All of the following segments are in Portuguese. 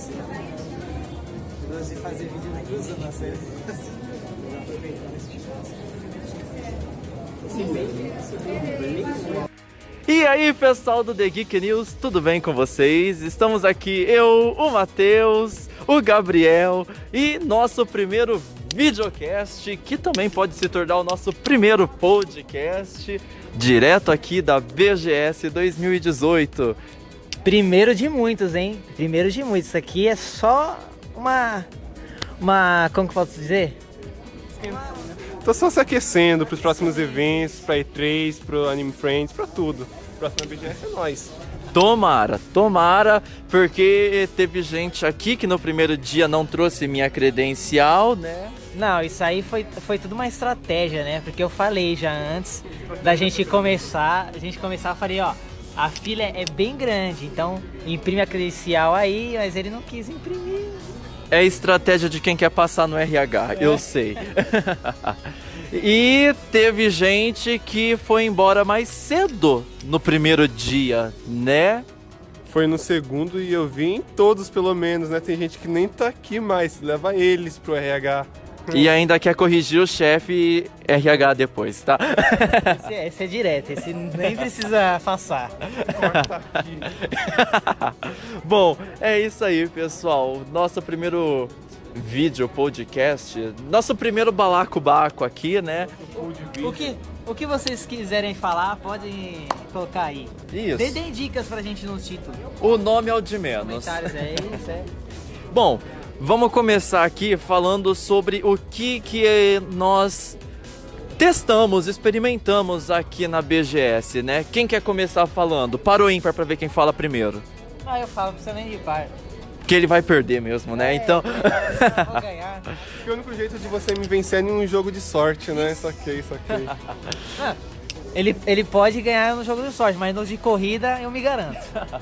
Eu gosto de fazer vídeo cruzando a série. Aproveitando esse espaço. E aí, pessoal do The Geek News, tudo bem com vocês? Estamos aqui, eu, o Matheus, o Gabriel e nosso primeiro videocast, que também pode se tornar o nosso primeiro podcast, direto aqui da BGS 2018. Primeiro de muitos, hein? Primeiro de muitos. Isso aqui é só uma como que eu posso dizer? Tô só se aquecendo pros próximos eventos, pra E3, pro Anime Friends, pra tudo. Próxima BGS é nóis. Tomara, porque teve gente aqui que no primeiro dia não trouxe minha credencial, né? Não, isso aí foi tudo uma estratégia, né? Porque eu falei já antes da gente começar, eu falei, ó, a fila é bem grande, então imprime a credencial aí, mas ele não quis imprimir. É a estratégia de quem quer passar no RH, eu sei. E teve gente que foi embora mais cedo no primeiro dia, né? Foi no segundo e eu vi em todos pelo menos, né? Tem gente que nem tá aqui mais, leva eles pro RH. E ainda quer corrigir o chefe RH depois, tá? Esse é direto, esse nem precisa passar. Bom, é isso aí, pessoal. Nosso primeiro vídeo, podcast, nosso primeiro balacobaco aqui, né? O que vocês quiserem falar, podem colocar aí. Isso. Deem dicas pra gente no título. O nome é o de menos. Comentários, é isso, é. Bom, vamos começar aqui falando sobre o que nós testamos, experimentamos aqui na BGS, né? Quem quer começar falando? Para o ímpar pra ver quem fala primeiro. Ah, eu falo, não precisa nem de par. Que ele vai perder mesmo, né? Então. Eu vou ganhar. Que o único jeito de você me vencer é em um jogo de sorte, né? Saquei. Ele pode ganhar no jogo de sorte, mas no de corrida eu me garanto.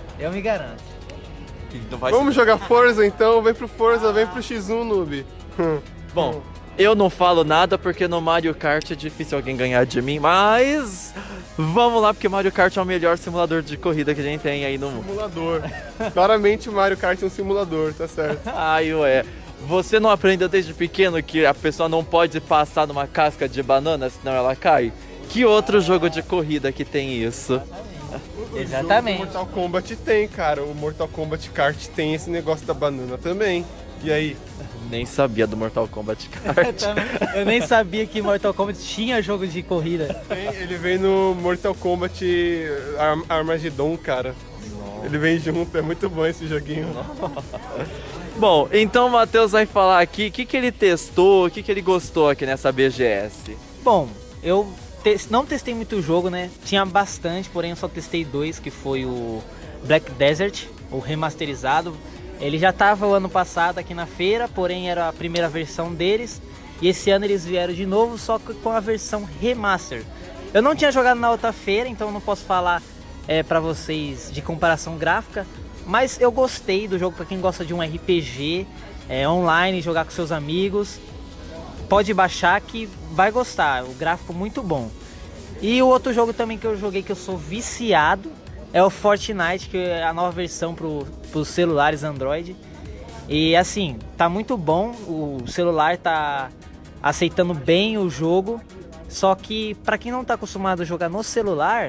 Vamos jogar Forza então? Vem pro Forza, vem pro X1, noob. Bom, eu não falo nada porque no Mario Kart é difícil alguém ganhar de mim, mas vamos lá porque Mario Kart é o melhor simulador de corrida que a gente tem aí no mundo. Simulador. Claramente o Mario Kart é um simulador, tá certo. Ai, ué. Você não aprendeu desde pequeno que a pessoa não pode passar numa casca de banana senão ela cai? Que outro jogo de corrida que tem isso? Exatamente. O Mortal Kombat tem, cara. O Mortal Kombat Kart tem esse negócio da banana também. E aí? Nem sabia do Mortal Kombat Kart. Eu nem sabia que Mortal Kombat tinha jogo de corrida. Ele vem no Mortal Kombat Armageddon, cara. Ele vem junto, é muito bom esse joguinho. Bom, então o Matheus vai falar aqui o que ele testou, o que ele gostou aqui nessa BGS. Bom, eu não testei muito jogo, né? Tinha bastante, porém eu só testei 2, que foi o Black Desert, o remasterizado. Ele já estava o ano passado aqui na feira, porém era a primeira versão deles. E esse ano eles vieram de novo, só que com a versão remaster. Eu não tinha jogado na outra feira, então não posso falar pra vocês de comparação gráfica. Mas eu gostei do jogo, para quem gosta de um RPG online, jogar com seus amigos. Pode baixar que vai gostar, o gráfico muito bom. E o outro jogo também que eu joguei, que eu sou viciado, é o Fortnite, que é a nova versão pros celulares Android. E assim, tá muito bom, o celular tá aceitando bem o jogo. Só que pra quem não tá acostumado a jogar no celular,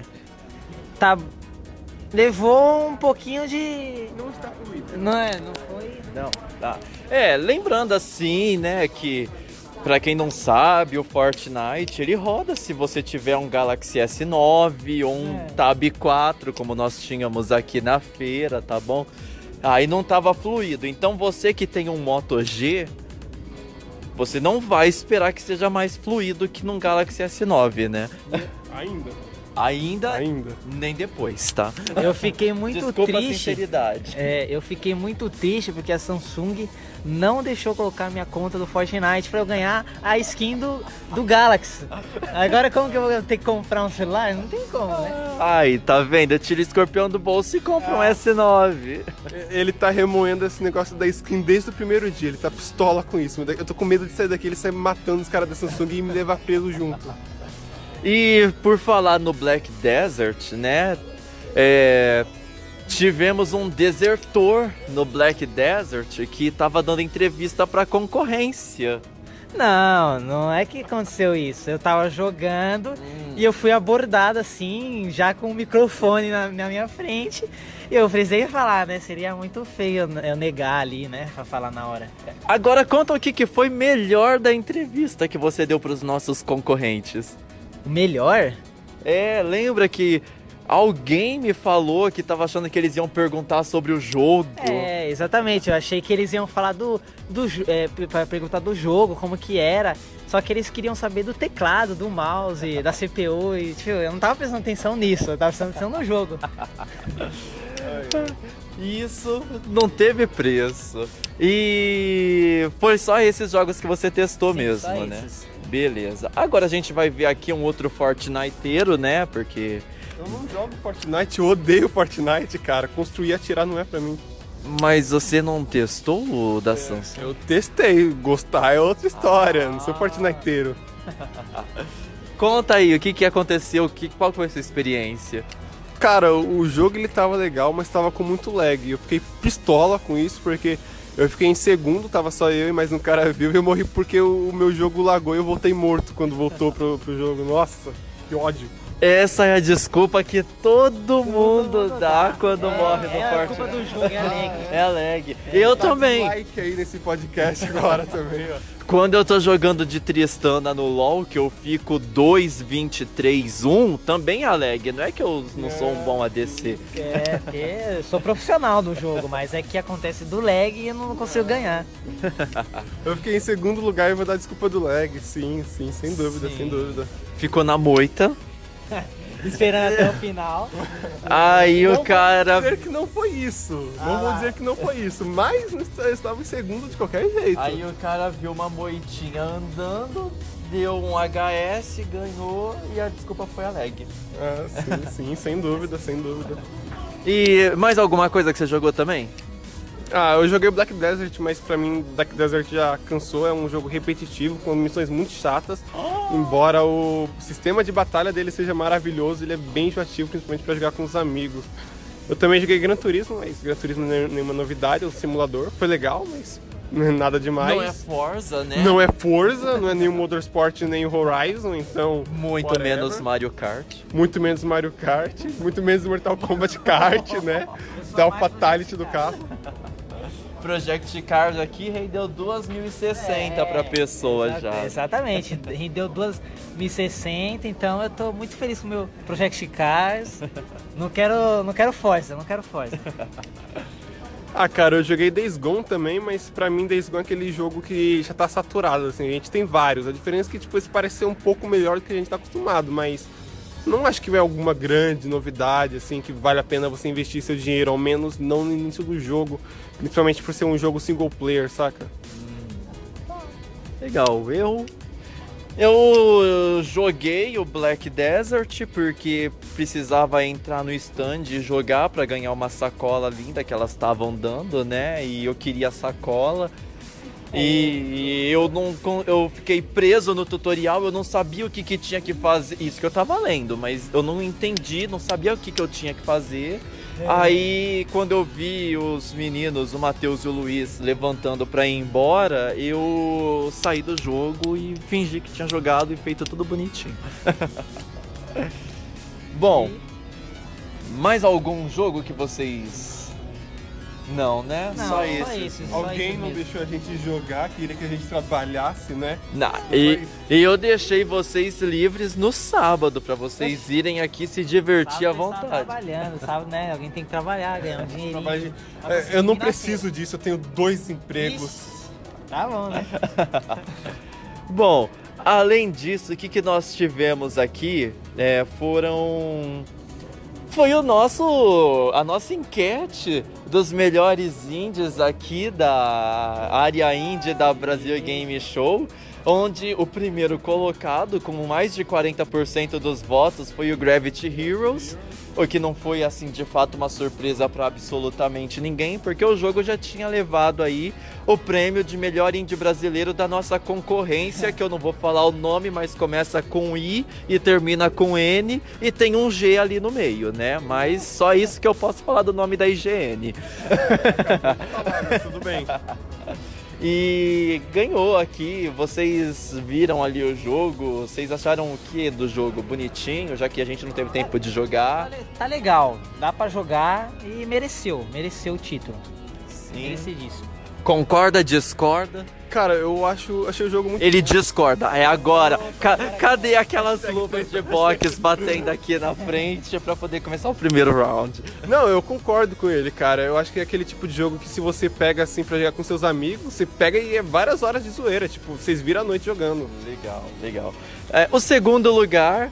levou um pouquinho de... Não está fluido. Não foi... Não, tá. Lembrando assim, né, que pra quem não sabe, o Fortnite, ele roda se você tiver um Galaxy S9 ou um Tab 4, como nós tínhamos aqui na feira, tá bom? Aí não tava fluido. Então você que tem um Moto G, você não vai esperar que seja mais fluido que num Galaxy S9, né? Ainda, nem depois, tá? Eu fiquei muito Desculpa triste. A sinceridade. Eu fiquei muito triste porque a Samsung não deixou colocar minha conta do Fortnite pra eu ganhar a skin do Galaxy. Agora como que eu vou ter que comprar um celular? Não tem como, né? Aí, tá vendo? Tira o escorpião do bolso e compra um S9. Ele tá remoendo esse negócio da skin desde o primeiro dia. Ele tá pistola com isso. Eu tô com medo de sair daqui, ele sair matando os caras da Samsung e me levar preso junto. E por falar no Black Desert, né? tivemos um desertor no Black Desert que tava dando entrevista pra concorrência. Não é que aconteceu isso. Eu tava jogando e eu fui abordado assim, já com o microfone na minha frente. E eu precisei falar, né? Seria muito feio eu negar ali, né? Pra falar na hora. Agora conta o que foi melhor da entrevista que você deu pros nossos concorrentes. O melhor? Lembra que alguém me falou que tava achando que eles iam perguntar sobre o jogo. Exatamente. Eu achei que eles iam falar pra perguntar do jogo, como que era. Só que eles queriam saber do teclado, do mouse, da CPU. E tipo, eu não tava prestando atenção nisso, eu tava prestando atenção no jogo. Isso não teve preço. E foi só esses jogos que você testou. Sim, mesmo, né? Esses. Beleza. Agora a gente vai ver aqui um outro Fortniteiro, né? Porque... eu não jogo Fortnite, eu odeio Fortnite, cara. Construir e atirar não é pra mim. Mas você não testou o da Samsung? Eu testei, gostar é outra história, não sou Fortniteiro. Conta aí, o que aconteceu, qual foi a sua experiência? Cara, o jogo ele tava legal, mas tava com muito lag. Eu fiquei pistola com isso, porque eu fiquei em segundo, tava só eu e mais um cara vivo, e eu morri porque o meu jogo lagou e eu voltei morto quando voltou pro jogo. Nossa, que ódio. Essa é a desculpa que todo mundo dá quando morre no Fortnite. É a culpa do jogo, é a lag. É a lag. Eu também. Like aí nesse podcast agora também, ó. Quando eu tô jogando de Tristana no LoL, que eu fico 2-23-1, também é a lag. Não é que eu não sou um bom ADC. Eu sou profissional do jogo, mas é que acontece do lag e eu não consigo ganhar. Eu fiquei em segundo lugar e vou dar desculpa do lag. Sim, sem dúvida, sem dúvida. Ficou na moita. Esperando até o final. Aí não o cara... Vou dizer que não foi isso. Não vou dizer que não foi isso. Mas eu estava em segundo de qualquer jeito. Aí o cara viu uma moitinha andando, deu um HS, ganhou e a desculpa foi a lag. Sim, sem dúvida, sem dúvida. E mais alguma coisa que você jogou também? Eu joguei Black Desert, mas pra mim Black Desert já cansou, é um jogo repetitivo, com missões muito chatas. Embora o sistema de batalha dele seja maravilhoso, ele é bem enjoativo, principalmente pra jogar com os amigos. Eu também joguei Gran Turismo, mas Gran Turismo não é nenhuma novidade, é um simulador, foi legal, mas não é nada demais. Não é Forza, né? Não é Forza, não é nem o Motorsport nem o Horizon, então... Muito whatever. Menos Mario Kart. Muito menos Mario Kart, muito menos Mortal Kombat Kart, né? Dá o fatality do carro. Project Cars aqui rendeu 2.060 pra pessoa já. Exatamente, rendeu 2.060, então eu tô muito feliz com o meu Project Cars. Não quero Forza. Cara, eu joguei Days Gone também, mas pra mim Days Gone é aquele jogo que já tá saturado, assim, a gente tem vários. A diferença é que, tipo, esse parece ser um pouco melhor do que a gente tá acostumado, mas não acho que vai alguma grande novidade, assim, que vale a pena você investir seu dinheiro, ao menos não no início do jogo, principalmente por ser um jogo single player, saca? Legal, eu joguei o Black Desert porque precisava entrar no stand e jogar pra ganhar uma sacola linda que elas estavam dando, né? E eu queria a sacola. E eu fiquei preso no tutorial, eu não sabia o que tinha que fazer. Isso que eu tava lendo, mas eu não entendi, não sabia o que eu tinha que fazer. Aí, quando eu vi os meninos, o Matheus e o Luiz, levantando pra ir embora, eu saí do jogo e fingi que tinha jogado e feito tudo bonitinho. Bom, mais algum jogo que vocês... Não, né? Não, só isso. Alguém não deixou a gente jogar, queria que a gente trabalhasse, né? Não, e eu deixei vocês livres no sábado, pra vocês irem aqui se divertir à vontade. Trabalhando, sabe, né? Alguém tem que trabalhar, ganhar um dinheirinho. Eu não preciso disso, eu tenho 2 empregos. Tá bom, né? Bom, além disso, o que nós tivemos aqui foi a nossa enquete dos melhores indies aqui da área indie da Brasil Game Show, onde o primeiro colocado, com mais de 40% dos votos, foi o Gravity Heroes. o que não foi assim de fato uma surpresa para absolutamente ninguém, porque o jogo já tinha levado aí o prêmio de melhor indie brasileiro da nossa concorrência, que eu não vou falar o nome, mas começa com I e termina com N e tem um G ali no meio, né? Mas só isso que eu posso falar do nome da IGN. Tudo bem. E ganhou aqui, vocês viram ali o jogo, vocês acharam o que do jogo? Bonitinho, já que a gente não teve tempo de jogar? Tá legal, dá pra jogar e mereceu o título. Sim. Merecidíssimo. Concorda, discorda? Cara, achei o jogo muito Ele discorda, é agora. Cadê aquelas luvas de boxe batendo aqui na frente pra poder começar o primeiro round? Não, eu concordo com ele, cara. Eu acho que é aquele tipo de jogo que se você pega assim pra jogar com seus amigos, você pega e é várias horas de zoeira. Tipo, vocês viram a noite jogando. Legal, legal. O segundo lugar,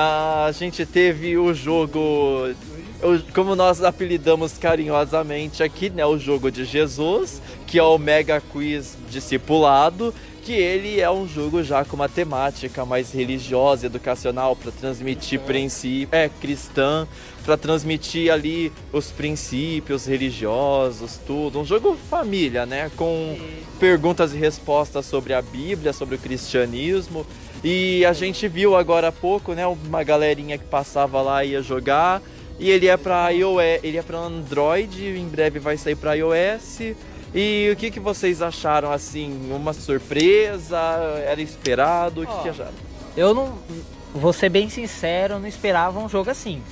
a gente teve o jogo, como nós apelidamos carinhosamente aqui, né? O jogo de Jesus, que é o Mega Quiz Discipulado, que ele é um jogo já com uma temática mais religiosa, educacional, para transmitir princípios, cristã, para transmitir ali os princípios religiosos, tudo. Um jogo família, né? Com perguntas e respostas sobre a Bíblia, sobre o cristianismo. E a gente viu agora há pouco, né? Uma galerinha que passava lá e ia jogar. E ele é para iOS, ele é para Android, em breve vai sair para iOS. E o que vocês acharam, assim, uma surpresa? Era esperado? O que acharam? Eu não, vou ser bem sincero, eu não esperava um jogo assim.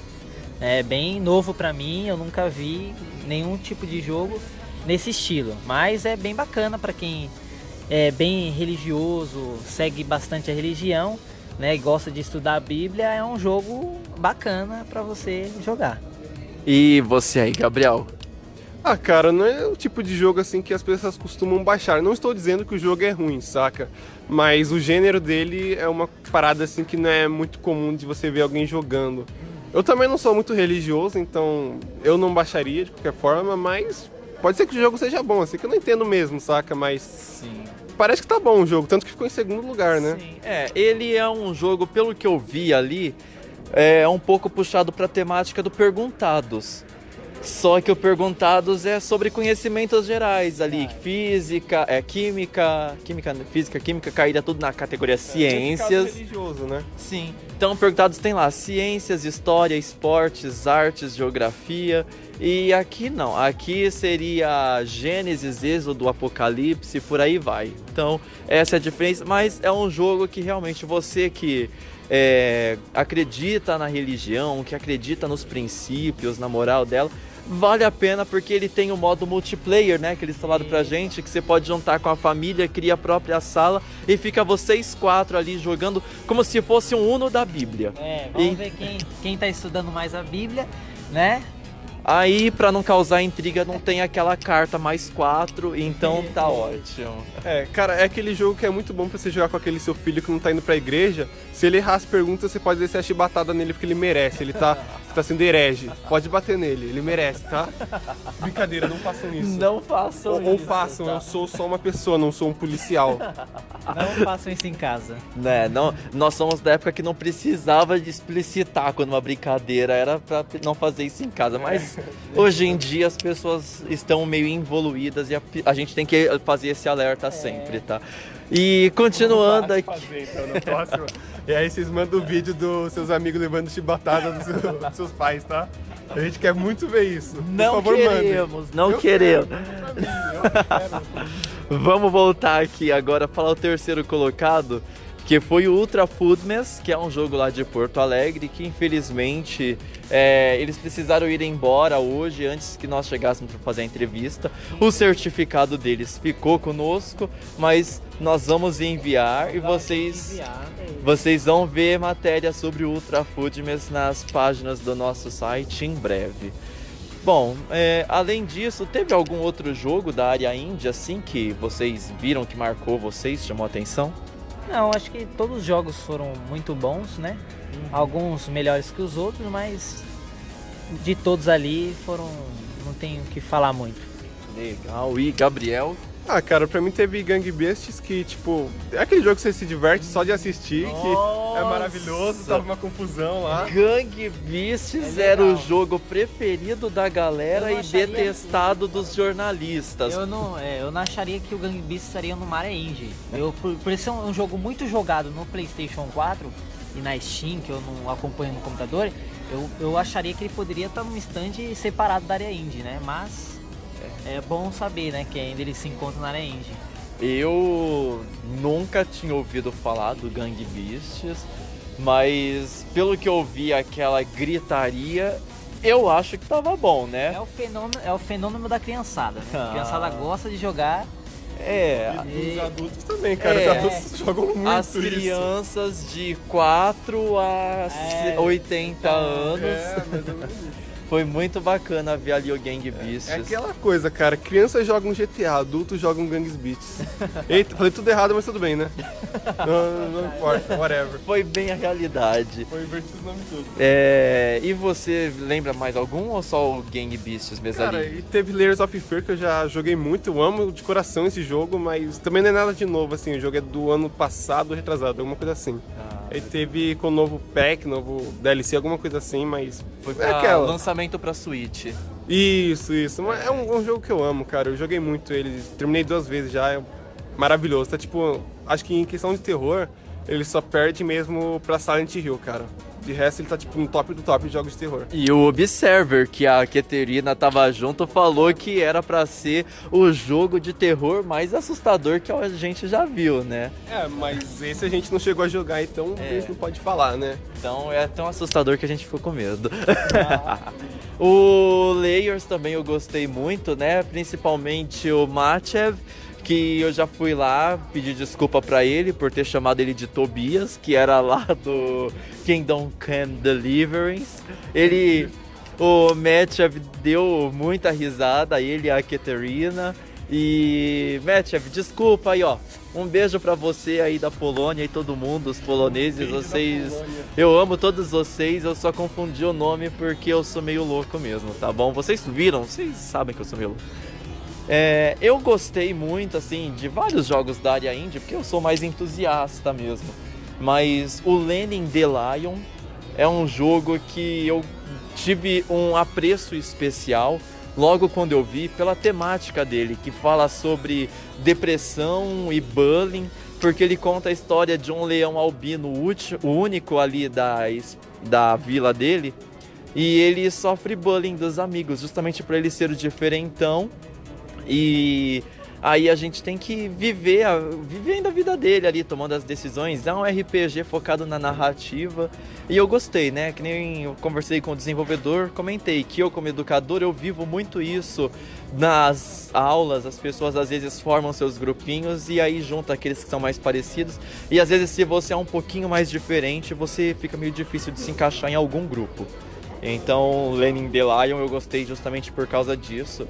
É bem novo pra mim, eu nunca vi nenhum tipo de jogo nesse estilo. Mas é bem bacana pra quem é bem religioso, segue bastante a religião, né, e gosta de estudar a Bíblia. É um jogo bacana pra você jogar. E você aí, Gabriel? Ah, cara, não é o tipo de jogo assim que as pessoas costumam baixar. Não estou dizendo que o jogo é ruim, saca? Mas o gênero dele é uma parada assim que não é muito comum de você ver alguém jogando. Eu também não sou muito religioso, então eu não baixaria de qualquer forma, mas pode ser que o jogo seja bom, assim, que eu não entendo mesmo, saca? Mas Sim. Parece que tá bom o jogo, tanto que ficou em segundo lugar, né? Sim. Ele é um jogo, pelo que eu vi ali, é um pouco puxado pra temática do Perguntados. Só que o Perguntados é sobre conhecimentos gerais ali, física, física, química, caída tudo na categoria ciências. Religioso, né? Sim. Então, Perguntados tem lá ciências, história, esportes, artes, geografia. E aqui não, aqui seria Gênesis, Êxodo, Apocalipse, por aí vai. Então, essa é a diferença, mas é um jogo que realmente você que acredita na religião, que acredita nos princípios, na moral dela, vale a pena porque ele tem o modo multiplayer, né, que eles falaram pra gente, que você pode juntar com a família, cria a própria sala e fica vocês 4 ali jogando como se fosse um Uno da Bíblia. Vamos ver quem tá estudando mais a Bíblia, né? Aí, pra não causar intriga, não tem aquela carta mais 4, então tá ótimo. Cara, é aquele jogo que é muito bom pra você jogar com aquele seu filho que não tá indo pra igreja. Se ele errar as perguntas, você pode descer a chibatada nele porque ele merece. Ele tá sendo herege. Pode bater nele, ele merece, tá? Brincadeira, não façam isso. Não façam isso. Ou façam, tá? Eu sou só uma pessoa, não sou um policial. Não façam isso em casa. Não, nós somos da época que não precisava de explicitar quando uma brincadeira era pra não fazer isso em casa, mas hoje em dia as pessoas estão meio involuídas e a gente tem que fazer esse alerta sempre, tá? E continuando aqui. Fazer, então, no próximo. E aí vocês mandam o vídeo dos seus amigos levando chibatada dos seus pais, tá? A gente quer muito ver isso. Não Por favor, queremos, mandem. não Eu queremos. quero. Vamos voltar aqui agora para falar o terceiro colocado, que foi o Ultra Foodmas, que é um jogo lá de Porto Alegre, que infelizmente eles precisaram ir embora hoje, antes que nós chegássemos para fazer a entrevista. O certificado deles ficou conosco, mas nós vamos enviar e vocês vão ver matéria sobre o Ultra Foodmas nas páginas do nosso site em breve. Bom, além disso, teve algum outro jogo da área indie assim que vocês viram que marcou vocês, chamou a atenção? Não, acho que todos os jogos foram muito bons, né? Alguns melhores que os outros, mas de todos ali não tenho o que falar muito. Legal. E Gabriel? Ah, cara, pra mim teve Gang Beasts que, tipo, é aquele jogo que você se diverte só de assistir, que é maravilhoso, tava uma confusão lá. Gang Beasts era o jogo preferido da galera e detestado dos jornalistas. Eu não acharia que o Gang Beasts estaria no Mario Indie. Por ser um jogo muito jogado no PlayStation 4 e na Steam, que eu não acompanho no computador, eu acharia que ele poderia estar num stand separado da área indie, né? Mas é bom saber, né, que ainda ele se encontra na área indie. Eu nunca tinha ouvido falar do Gang Beasts, mas pelo que eu vi aquela gritaria, eu acho que tava bom, né? É o fenômeno da criançada, né? A criançada gosta de jogar. E os adultos também, cara. Os adultos jogam muito as crianças de 4 a 80 anos. Foi muito bacana ver ali o Gang Beasts. É aquela coisa, cara. Crianças jogam GTA, adultos jogam Gang Beasts. Eita, falei tudo errado, mas tudo bem, né? Não importa, whatever. Foi bem a realidade. Foi invertido o nome todo. E você lembra mais algum ou só o Gang Beasts mesmo cara, ali? E teve Layers of Fear, que eu já joguei muito. Eu amo de coração esse jogo, mas também não é nada de novo, assim. O jogo é do ano passado, retrasado, alguma coisa assim. Aí teve com o novo pack, novo DLC, alguma coisa assim, mas foi pra lançamento pra Switch. Isso. Mas é um jogo que eu amo, cara. Eu joguei muito ele, terminei 2 vezes já, é maravilhoso. Tá tipo, acho que em questão de terror, ele só perde mesmo pra Silent Hill, cara. De resto, ele tá tipo no top do top de jogos de terror. E o Observer, que a Caterina tava junto, falou que era pra ser o jogo de terror mais assustador que a gente já viu, né? Mas esse a gente não chegou a jogar, então a gente não pode falar, né? Então é tão assustador que a gente ficou com medo. O Layers também eu gostei muito, né? Principalmente o Machev, que eu já fui lá pedir desculpa pra ele por ter chamado ele de Tobias, que era lá do Kingdom Come Deliverance. O Machev deu muita risada, ele e a Caterina. E Machev, desculpa aí, ó. Um beijo pra você aí da Polônia e todo mundo, os poloneses, vocês... Eu amo todos vocês, eu só confundi o nome porque eu sou meio louco mesmo, tá bom? Vocês viram, vocês sabem que eu sou meio louco. Eu gostei muito, assim, de vários jogos da área indie, porque eu sou mais entusiasta mesmo. Mas o Lenin the Lion é um jogo que eu tive um apreço especial logo quando eu vi, pela temática dele, que fala sobre depressão e bullying, porque ele conta a história de um leão albino, o único ali da vila dele, e ele sofre bullying dos amigos, justamente por ele ser o diferentão. E aí a gente tem que vivendo a vida dele ali, tomando as decisões. É um RPG focado na narrativa. E eu gostei, né? Que nem eu conversei com o desenvolvedor, comentei que eu, como educador, eu vivo muito isso nas aulas. As pessoas às vezes formam seus grupinhos e aí junta aqueles que são mais parecidos. E às vezes, se você é um pouquinho mais diferente, você fica meio difícil de se encaixar em algum grupo. Então, Lenin the Lion eu gostei justamente por causa disso.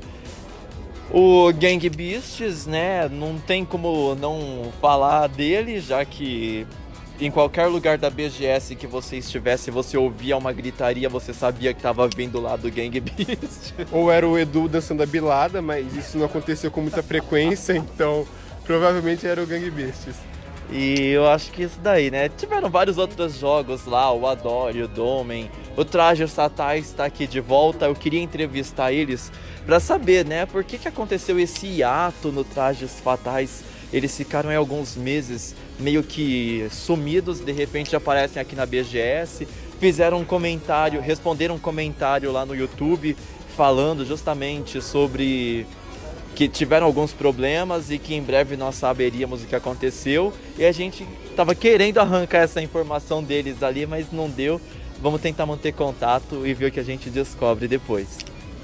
O Gang Beasts, né, não tem como não falar dele, já que em qualquer lugar da BGS que você estivesse, você ouvia uma gritaria, você sabia que estava vindo lá do Gang Beasts. Ou era o Edu dançando a bilada, mas isso não aconteceu com muita frequência, então provavelmente era o Gang Beasts. E eu acho que isso daí, né? Tiveram vários outros jogos lá, o Adore, o Domen, o Trajes Fatais está aqui de volta. Eu queria entrevistar eles para saber, né? Por que aconteceu esse hiato no Trajes Fatais? Eles ficaram em alguns meses meio que sumidos, de repente aparecem aqui na BGS. Fizeram um comentário, responderam um comentário lá no YouTube falando justamente sobre que tiveram alguns problemas e que em breve nós saberíamos o que aconteceu. E a gente estava querendo arrancar essa informação deles ali, mas não deu. Vamos tentar manter contato e ver o que a gente descobre depois.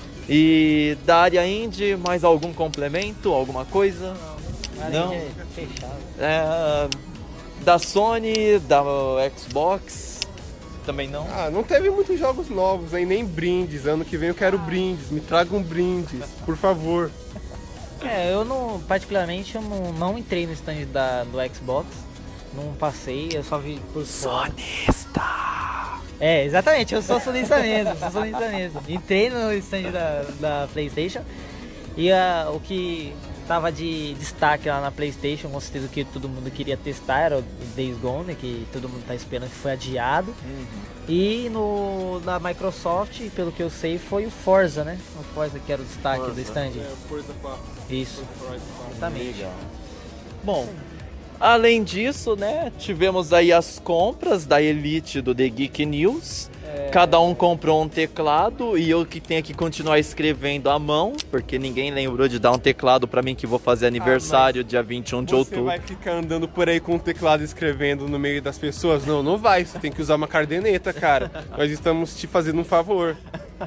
E da área indie, mais algum complemento, alguma coisa? Não? Não? É fechado. Da Sony, da Xbox, também não? Não teve muitos jogos novos, nem brindes. Ano que vem eu quero brindes, me tragam brindes, por favor. Eu não, particularmente, eu não entrei no stand do Xbox, não passei, eu só vi por fora. Sonista! Exatamente, eu sou sonista mesmo, Entrei no stand da PlayStation e o que tava de destaque lá na PlayStation, com certeza que todo mundo queria testar, era o Days Gone, que todo mundo tá esperando, que foi adiado. E na Microsoft, pelo que eu sei, foi o Forza, né? O Forza que era o destaque do stand. Forza 4. Isso, exatamente. Legal. Bom, além disso, né, tivemos aí as compras da Elite do The Geek News. Cada um comprou um teclado e eu que tenho que continuar escrevendo à mão, porque ninguém lembrou de dar um teclado pra mim que vou fazer aniversário dia 21 de outubro. Você vai ficar andando por aí com um teclado escrevendo no meio das pessoas? Não, não vai. Você tem que usar uma caderneta, cara. Nós estamos te fazendo um favor.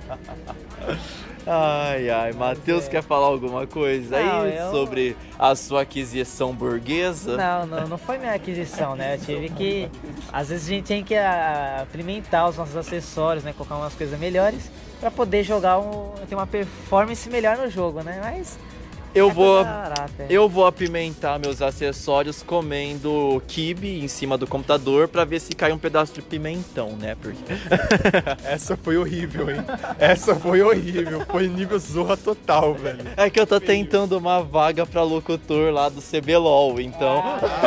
Ai, Matheus quer falar alguma coisa aí sobre a sua aquisição burguesa? Não foi minha aquisição, né? Eu tive que... Às vezes a gente tem que implementar os nossos acessórios, né? Colocar umas coisas melhores pra poder jogar, ter uma performance melhor no jogo, né? Mas... Eu vou apimentar meus acessórios comendo quibe em cima do computador pra ver se cai um pedaço de pimentão, né? Porque... Essa foi horrível, hein? Essa foi horrível. Foi nível Zorra total, velho. É que eu tô tentando uma vaga pra locutor lá do CBLOL, então...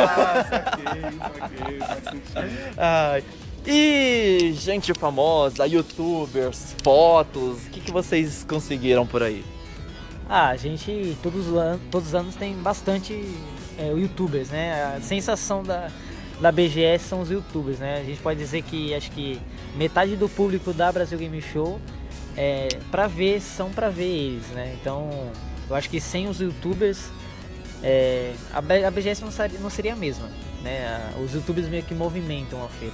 Saquei, faz sentido. E gente famosa, youtubers, fotos, o que vocês conseguiram por aí? A gente, todos os anos tem bastante youtubers, né? A sensação da BGS são os youtubers, né? A gente pode dizer que acho que metade do público da Brasil Game Show são pra ver eles, né? Então, eu acho que sem os youtubers, a BGS não seria a mesma, né? Os youtubers meio que movimentam a feira.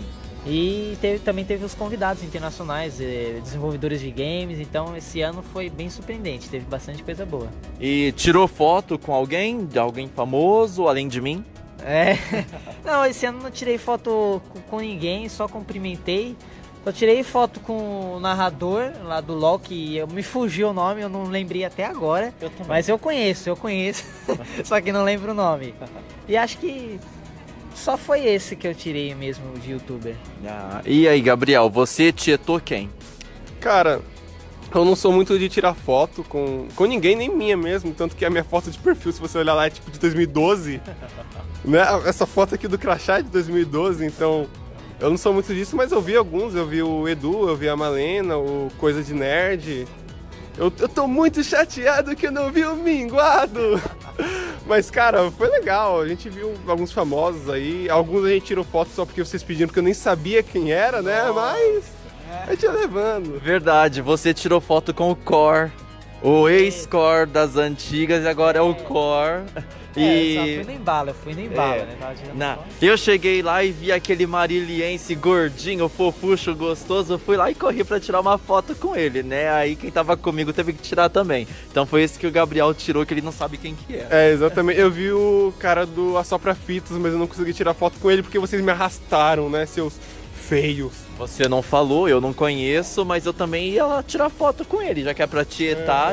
E também teve os convidados internacionais, desenvolvedores de games, então esse ano foi bem surpreendente, teve bastante coisa boa. E tirou foto com alguém, de alguém famoso, além de mim? Não, esse ano não tirei foto com ninguém, só cumprimentei. Só tirei foto com o narrador lá do LoL, que me fugiu o nome, eu não lembrei até agora. Mas eu conheço, só que não lembro o nome. E acho que... só foi esse que eu tirei mesmo de youtuber. E aí, Gabriel, você tietou quem? Cara, eu não sou muito de tirar foto com ninguém, nem minha mesmo. Tanto que a minha foto de perfil, se você olhar lá, é tipo de 2012. Né? Essa foto aqui do crachá é de 2012, então... eu não sou muito disso, mas eu vi alguns. Eu vi o Edu, eu vi a Malena, o Coisa de Nerd. Eu tô muito chateado que eu não vi o Minguado. Mas, cara, foi legal. A gente viu alguns famosos aí. Alguns a gente tirou foto só porque vocês pediram, porque eu nem sabia quem era, né? Mas a gente ia levando. Verdade, você tirou foto com o Core. O ex-Core das antigas e agora é o Core. Só fui no embalo, né? Eu cheguei lá e vi aquele mariliense gordinho, fofucho, gostoso. Eu fui lá e corri pra tirar uma foto com ele, né? Aí quem tava comigo teve que tirar também. Então foi esse que o Gabriel tirou, que ele não sabe quem que é. Exatamente. Eu vi o cara do Assopra-Fitas, mas eu não consegui tirar foto com ele porque vocês me arrastaram, né, seus feios. Você não falou, eu não conheço, mas eu também ia lá tirar foto com ele, já que é pra tietar.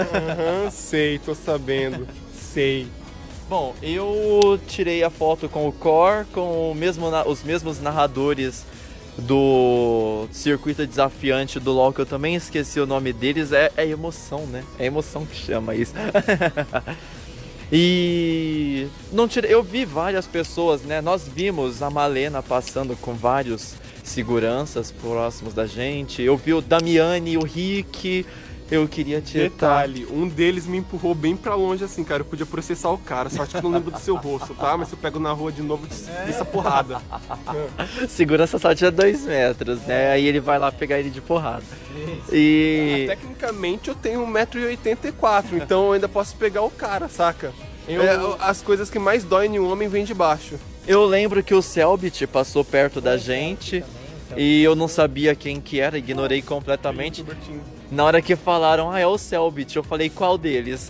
Sei, tô sabendo. Sei. Bom, eu tirei a foto com o Core, com os mesmos narradores do circuito desafiante do LoL, que eu também esqueci o nome deles. É emoção, né? É emoção que chama isso. E eu vi várias pessoas, né? Nós vimos a Malena passando com vários seguranças próximos da gente. Eu vi o Damiani, o Rick. Eu queria tietar. Detalhe, um deles me empurrou bem pra longe assim, cara. Eu podia processar o cara, só acho que eu não lembro do seu rosto, tá? Mas se eu pego na rua de novo, dessa porrada. Segurança só tinha 2 metros, né? Aí ele vai lá pegar ele de porrada. E... tecnicamente eu tenho 1,84 m, então eu ainda posso pegar o cara, saca? As coisas que mais doem em um homem vêm de baixo. Eu lembro que o Selbit passou perto da gente e eu não sabia quem que era, ignorei completamente. Na hora que falaram, é o Selbit, eu falei, qual deles?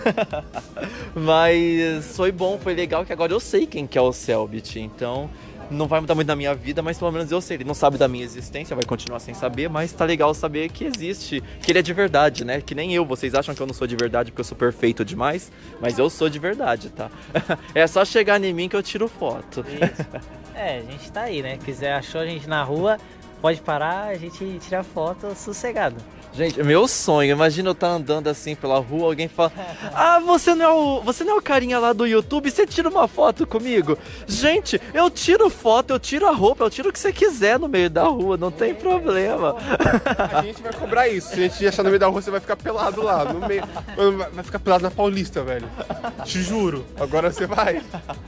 Mas foi bom, foi legal que agora eu sei quem que é o Selbit, então não vai mudar muito na minha vida, mas pelo menos eu sei. Ele não sabe da minha existência, vai continuar sem saber, mas tá legal saber que existe, que ele é de verdade, né? Que nem eu, vocês acham que eu não sou de verdade porque eu sou perfeito demais, mas eu sou de verdade, tá? É só chegar em mim que eu tiro foto. Isso. A gente tá aí, né? Achou a gente na rua, pode parar, a gente tira foto sossegado. Gente, meu sonho, imagina eu estar andando assim pela rua, alguém fala: ah, você não é o carinha lá do YouTube, você tira uma foto comigo? Gente, eu tiro foto, eu tiro a roupa, eu tiro o que você quiser no meio da rua, não tem problema. A gente vai cobrar isso. Se a gente achar no meio da rua, você vai ficar pelado lá, no meio. Mano, vai ficar pelado na Paulista, velho. Te juro. Agora você vai.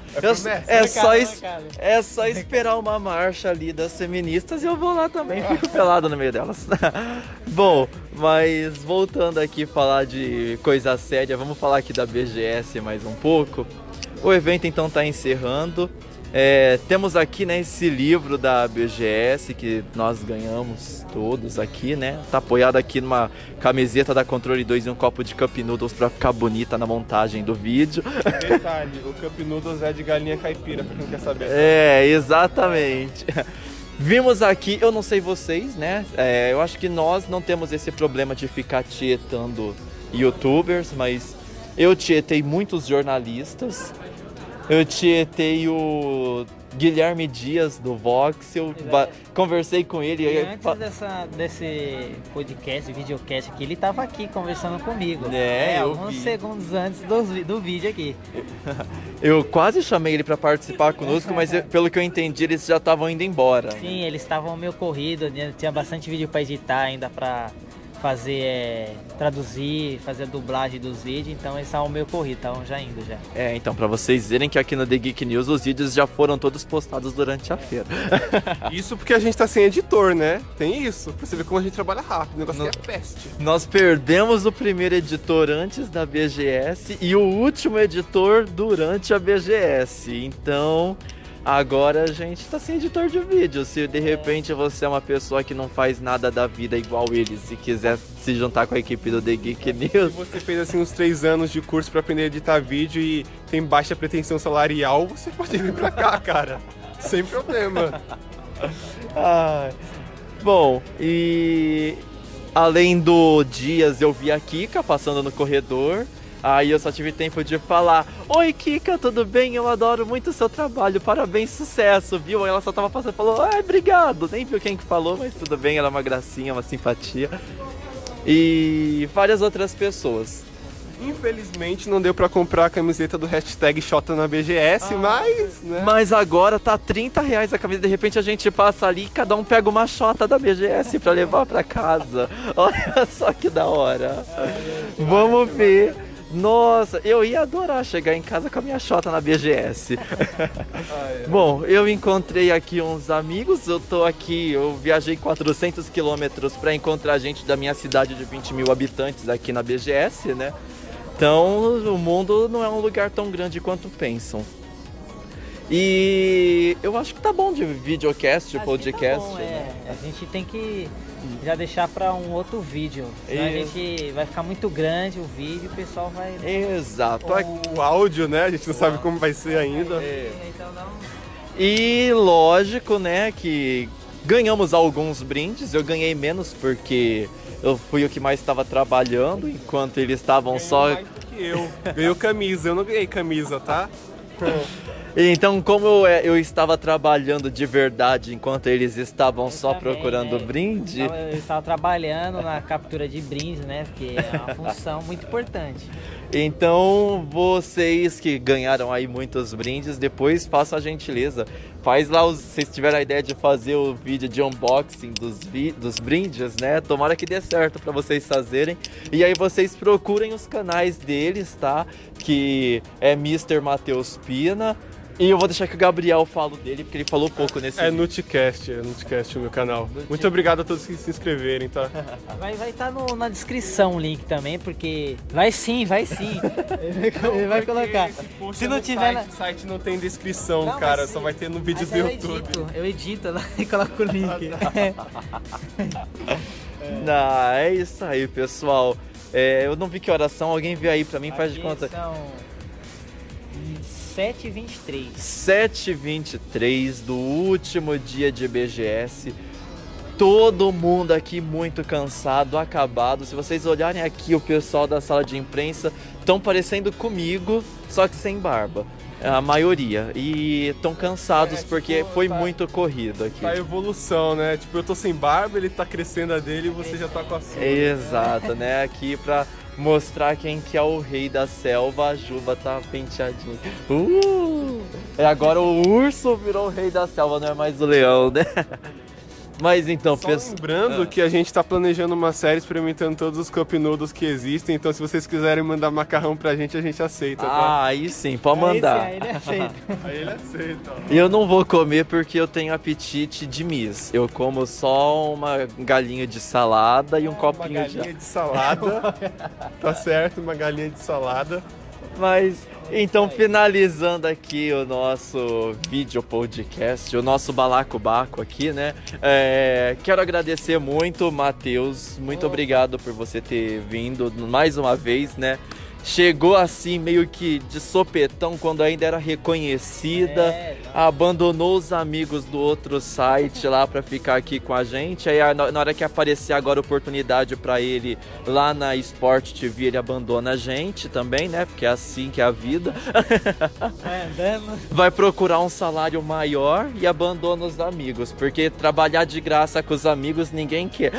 É só esperar uma marcha ali das feministas e eu vou lá também, fico pelado no meio delas. Bom, mas voltando aqui falar de coisa séria, vamos falar aqui da BGS mais um pouco. O evento então está encerrando. Temos aqui, né, esse livro da BGS que nós ganhamos todos aqui, né? Tá apoiado aqui numa camiseta da Controle 2 e um copo de Cup Noodles pra ficar bonita na montagem do vídeo. Detalhe, o Cup Noodles é de galinha caipira, pra quem quer saber. Exatamente. Vimos aqui, eu não sei vocês, né? Eu acho que nós não temos esse problema de ficar tietando youtubers, mas eu tietei muitos jornalistas. Eu tietei o Guilherme Dias do Vox, eu conversei com ele. E antes desse podcast, videocast aqui, ele tava aqui conversando comigo. Alguns segundos antes do vídeo aqui. Eu quase chamei ele para participar conosco, mas pelo que eu entendi, eles já estavam indo embora. Sim, eles estavam meio corridos, tinha bastante vídeo para editar ainda para fazer, traduzir, fazer a dublagem dos vídeos, então eles estavam meio corridos, estavam já indo já. Então pra vocês verem que aqui no The Geek News os vídeos já foram todos postados durante a feira. Isso porque a gente tá sem editor, né? Tem isso, pra você ver como a gente trabalha rápido, o negócio aqui é peste. Nós perdemos o primeiro editor antes da BGS e o último editor durante a BGS, então... Agora a gente tá sem editor de vídeo. Se de repente você é uma pessoa que não faz nada da vida igual eles e quiser se juntar com a equipe do The Geek News... Se você fez assim uns 3 anos de curso pra aprender a editar vídeo e tem baixa pretensão salarial, você pode vir pra cá, cara. Sem problema. Bom, e além do Dias, eu vi a Kika passando no corredor. Aí eu só tive tempo de falar: oi Kika, tudo bem? Eu adoro muito o seu trabalho, parabéns, sucesso, viu? Aí ela só tava passando e falou: obrigado. Nem viu quem que falou, mas tudo bem, ela é uma gracinha, uma simpatia. E várias outras pessoas. Infelizmente não deu pra comprar a camiseta do hashtag Xota na BGS, mas... né? Mas agora tá R$30 a camiseta, de repente a gente passa ali e cada um pega uma Xota da BGS pra levar pra casa. Olha só que da hora. Vamos ver. Nossa, eu ia adorar chegar em casa com a minha Xota na BGS. Bom, eu encontrei aqui uns amigos, eu viajei 400 quilômetros para encontrar gente da minha cidade de 20 mil habitantes aqui na BGS, né? Então, o mundo não é um lugar tão grande quanto pensam. E eu acho que tá bom de videocast, de podcast. Tá bom, né? A gente tem que já deixar para um outro vídeo. Senão a gente vai ficar muito grande o vídeo e o pessoal vai... Exato. O áudio, né? A gente não sabe como vai ser ainda. Então não... E lógico, né, que ganhamos alguns brindes. Eu ganhei menos porque eu fui o que mais estava trabalhando, enquanto eles estavam só... Mais do que eu. Ganhou camisa, eu não ganhei camisa, tá? Então, como eu estava trabalhando de verdade enquanto eles estavam só também, procurando brinde... Eu estava trabalhando na captura de brindes, né? Porque é uma função muito importante. Então, vocês que ganharam aí muitos brindes, depois façam a gentileza. Faz lá, se vocês tiveram a ideia de fazer o vídeo de unboxing dos brindes, né? Tomara que dê certo para vocês fazerem. E aí vocês procurem os canais deles, tá? Que é Mr. Matheus Pina. E eu vou deixar que o Gabriel fale dele, porque ele falou pouco nesse vídeo. É Nuticast o meu canal. Muito obrigado a todos que se inscreverem, tá? Vai estar na descrição o link também, porque... Vai sim. Ele vai colocar. Se não tiver... O site não tem descrição, não, cara. Só vai ter no vídeo do YouTube. Eu edito lá e coloco o link. Não, é isso aí, pessoal. Eu não vi que horas são. Alguém vê aí pra mim, faz de conta. São 7h23. 7h23 do último dia de BGS. todo mundo aqui muito cansado, acabado. Se vocês olharem aqui, o pessoal da sala de imprensa estão parecendo comigo, só que sem barba. A maioria. E estão cansados porque foi muito corrido aqui. Tá evolução, né? Tipo, eu tô sem barba, ele tá crescendo a dele e você já tá com a sua. Exato, né? Aqui pra mostrar quem que é o rei da selva, a Juba tá penteadinha. Agora o urso virou o rei da selva, não é mais o leão, né? Mas então, só lembrando que a gente tá planejando uma série experimentando todos os Cup Noodles que existem, então se vocês quiserem mandar macarrão pra gente, a gente aceita, tá? Aí sim, pode mandar. Aí ele aceita. Aí ele aceita. E eu não vou comer porque eu tenho apetite de Miss. Eu como só uma galinha de salada e um copinho de... Uma galinha de salada, tá certo, uma galinha de salada. Mas, então, finalizando aqui o nosso vídeo podcast, o nosso balacobaco aqui, né? Quero agradecer muito, Matheus. Muito obrigado por você ter vindo mais uma vez, né? Chegou assim meio que de sopetão quando ainda era reconhecida, abandonou os amigos do outro site lá pra ficar aqui com a gente. Aí na hora que aparecer agora a oportunidade pra ele lá na Sport TV, ele abandona a gente também, né? Porque é assim que é a vida. Vai andando. Vai procurar um salário maior e abandona os amigos, porque trabalhar de graça com os amigos ninguém quer.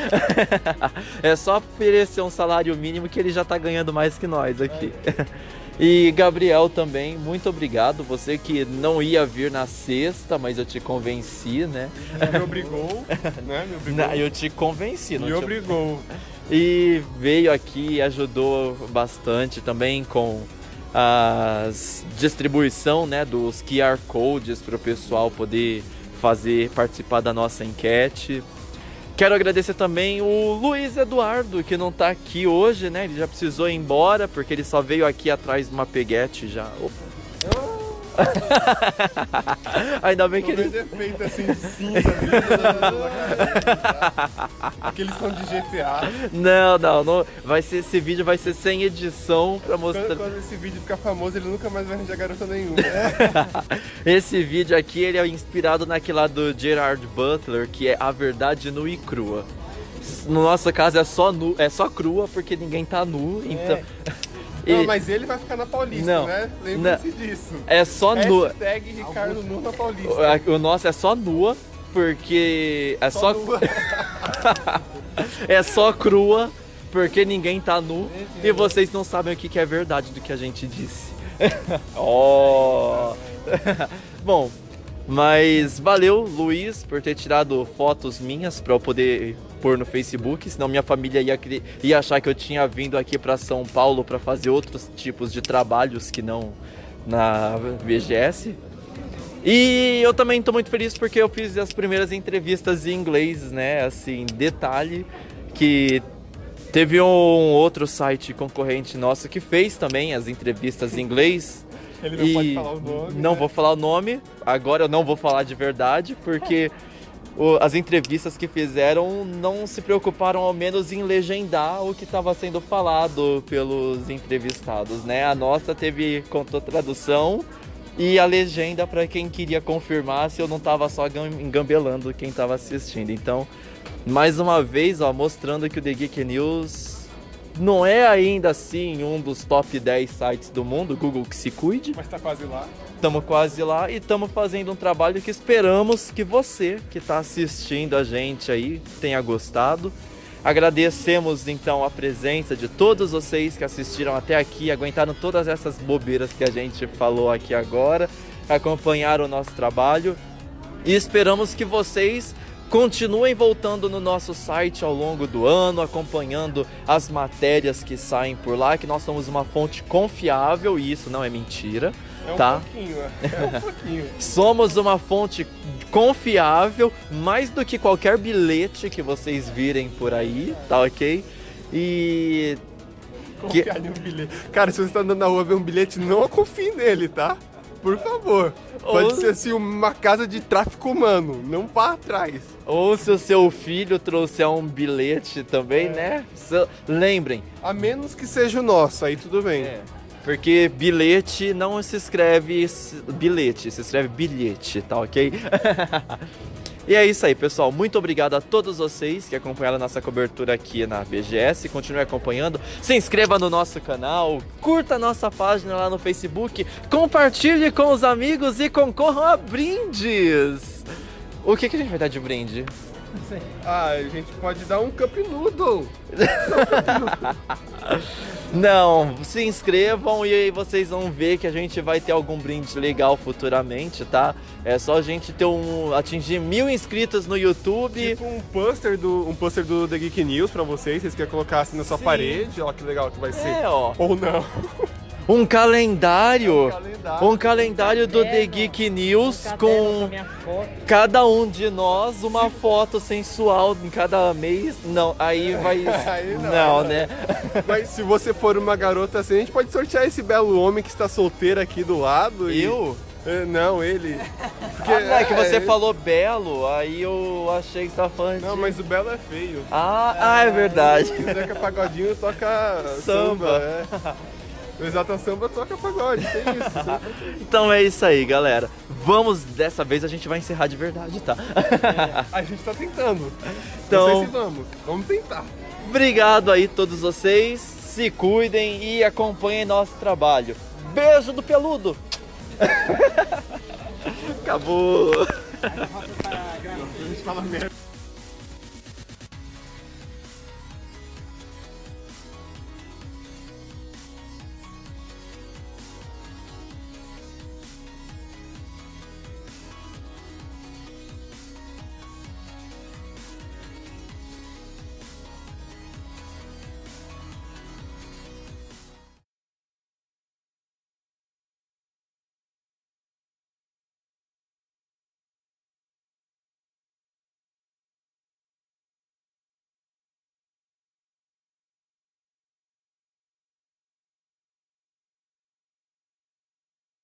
É só oferecer um salário mínimo que ele já tá ganhando mais que nós aqui. E Gabriel também, muito obrigado. Você que não ia vir na sexta, mas eu te convenci, né? Me obrigou, né? Me obrigou. Não, eu te convenci, não Me te... obrigou. E veio aqui e ajudou bastante também com a distribuição, né, dos QR Codes para o pessoal poder participar da nossa enquete. Quero agradecer também o Luiz Eduardo, que não tá aqui hoje, né? Ele já precisou ir embora, porque ele só veio aqui atrás de uma peguete já. Ainda bem que ele... defeito assim de cinza, aqueles são de GTA. Não. Esse vídeo vai ser sem edição pra mostrar... Quando esse vídeo ficar famoso, ele nunca mais vai arranjar garota nenhuma. Esse vídeo aqui, ele é inspirado naquele lá do Gerard Butler, que é A Verdade Nua e Crua. No nosso caso é só crua, porque ninguém tá nu, então... Não, mas ele vai ficar na Paulista, né? Lembre-se disso. É só nua. Hashtag Ricardo Nu na Paulista. O nosso é só nua, porque... É só nua. É só crua, porque ninguém tá nu. E vocês não sabem o que é verdade do que a gente disse. Bom, mas valeu, Luiz, por ter tirado fotos minhas pra eu poder pôr no Facebook, senão minha família ia achar que eu tinha vindo aqui pra São Paulo pra fazer outros tipos de trabalhos que não na VGS. E eu também tô muito feliz porque eu fiz as primeiras entrevistas em inglês, né? Assim, detalhe que teve um outro site concorrente nosso que fez também as entrevistas em inglês. Ele não pode falar o nome. Não vou falar o nome, agora eu não vou falar de verdade, porque as entrevistas que fizeram não se preocuparam ao menos em legendar o que estava sendo falado pelos entrevistados, né? A nossa contou tradução e a legenda para quem queria confirmar se eu não estava só engambelando quem estava assistindo. Então, mais uma vez, mostrando que o The Geek News não é ainda assim um dos top 10 sites do mundo, Google que se cuide. Mas tá quase lá. Estamos quase lá e estamos fazendo um trabalho que esperamos que você que está assistindo a gente aí tenha gostado. Agradecemos então a presença de todos vocês que assistiram até aqui, aguentaram todas essas bobeiras que a gente falou aqui agora, acompanharam o nosso trabalho e esperamos que vocês continuem voltando no nosso site ao longo do ano, acompanhando as matérias que saem por lá, que nós somos uma fonte confiável e isso não é mentira. É um pouquinho. Somos uma fonte confiável, mais do que qualquer bilhete que vocês virem por aí, tá ok? E... Confiar em um bilhete. Cara, se você tá andando na rua e vê um bilhete, não confie nele, tá? Por favor. Pode ser assim uma casa de tráfico humano, não vá atrás. Ou se o seu filho trouxer um bilhete também, né? Lembrem. A menos que seja o nosso, aí tudo bem. Porque bilhete não se escreve bilhete, se escreve bilhete, tá ok? E é isso aí, pessoal. Muito obrigado a todos vocês que acompanharam a nossa cobertura aqui na BGS. Continue acompanhando. Se inscreva no nosso canal, curta a nossa página lá no Facebook, compartilhe com os amigos e concorram a brindes. O que a gente vai dar de brinde? Não sei. A gente pode dar um Cup Noodle. Não, se inscrevam e aí vocês vão ver que a gente vai ter algum brinde legal futuramente, tá? É só a gente ter atingir 1000 inscritos no YouTube. Tipo um pôster do The Geek News pra vocês querem colocar assim na sua parede. Olha que legal que vai ser. Ó. Ou não. Um calendário do The Geek News com cada um de nós uma foto sensual em cada mês. Não, aí vai... Aí não, né? Mas se você for uma garota assim, a gente pode sortear esse belo homem que está solteiro aqui do lado. Eu? Não, ele. Porque, é que você falou belo, aí eu achei que você tava falando Não, mas o belo é feio. É verdade. O Zeca Pagodinho toca samba. O Exalta Samba toca pagode, tem isso. Então é isso aí, galera. Dessa vez a gente vai encerrar de verdade, tá? A gente tá tentando. Então, Não sei se vamos tentar. Obrigado aí todos vocês, se cuidem e acompanhem nosso trabalho. Beijo do peludo! Acabou! A gente fala merda.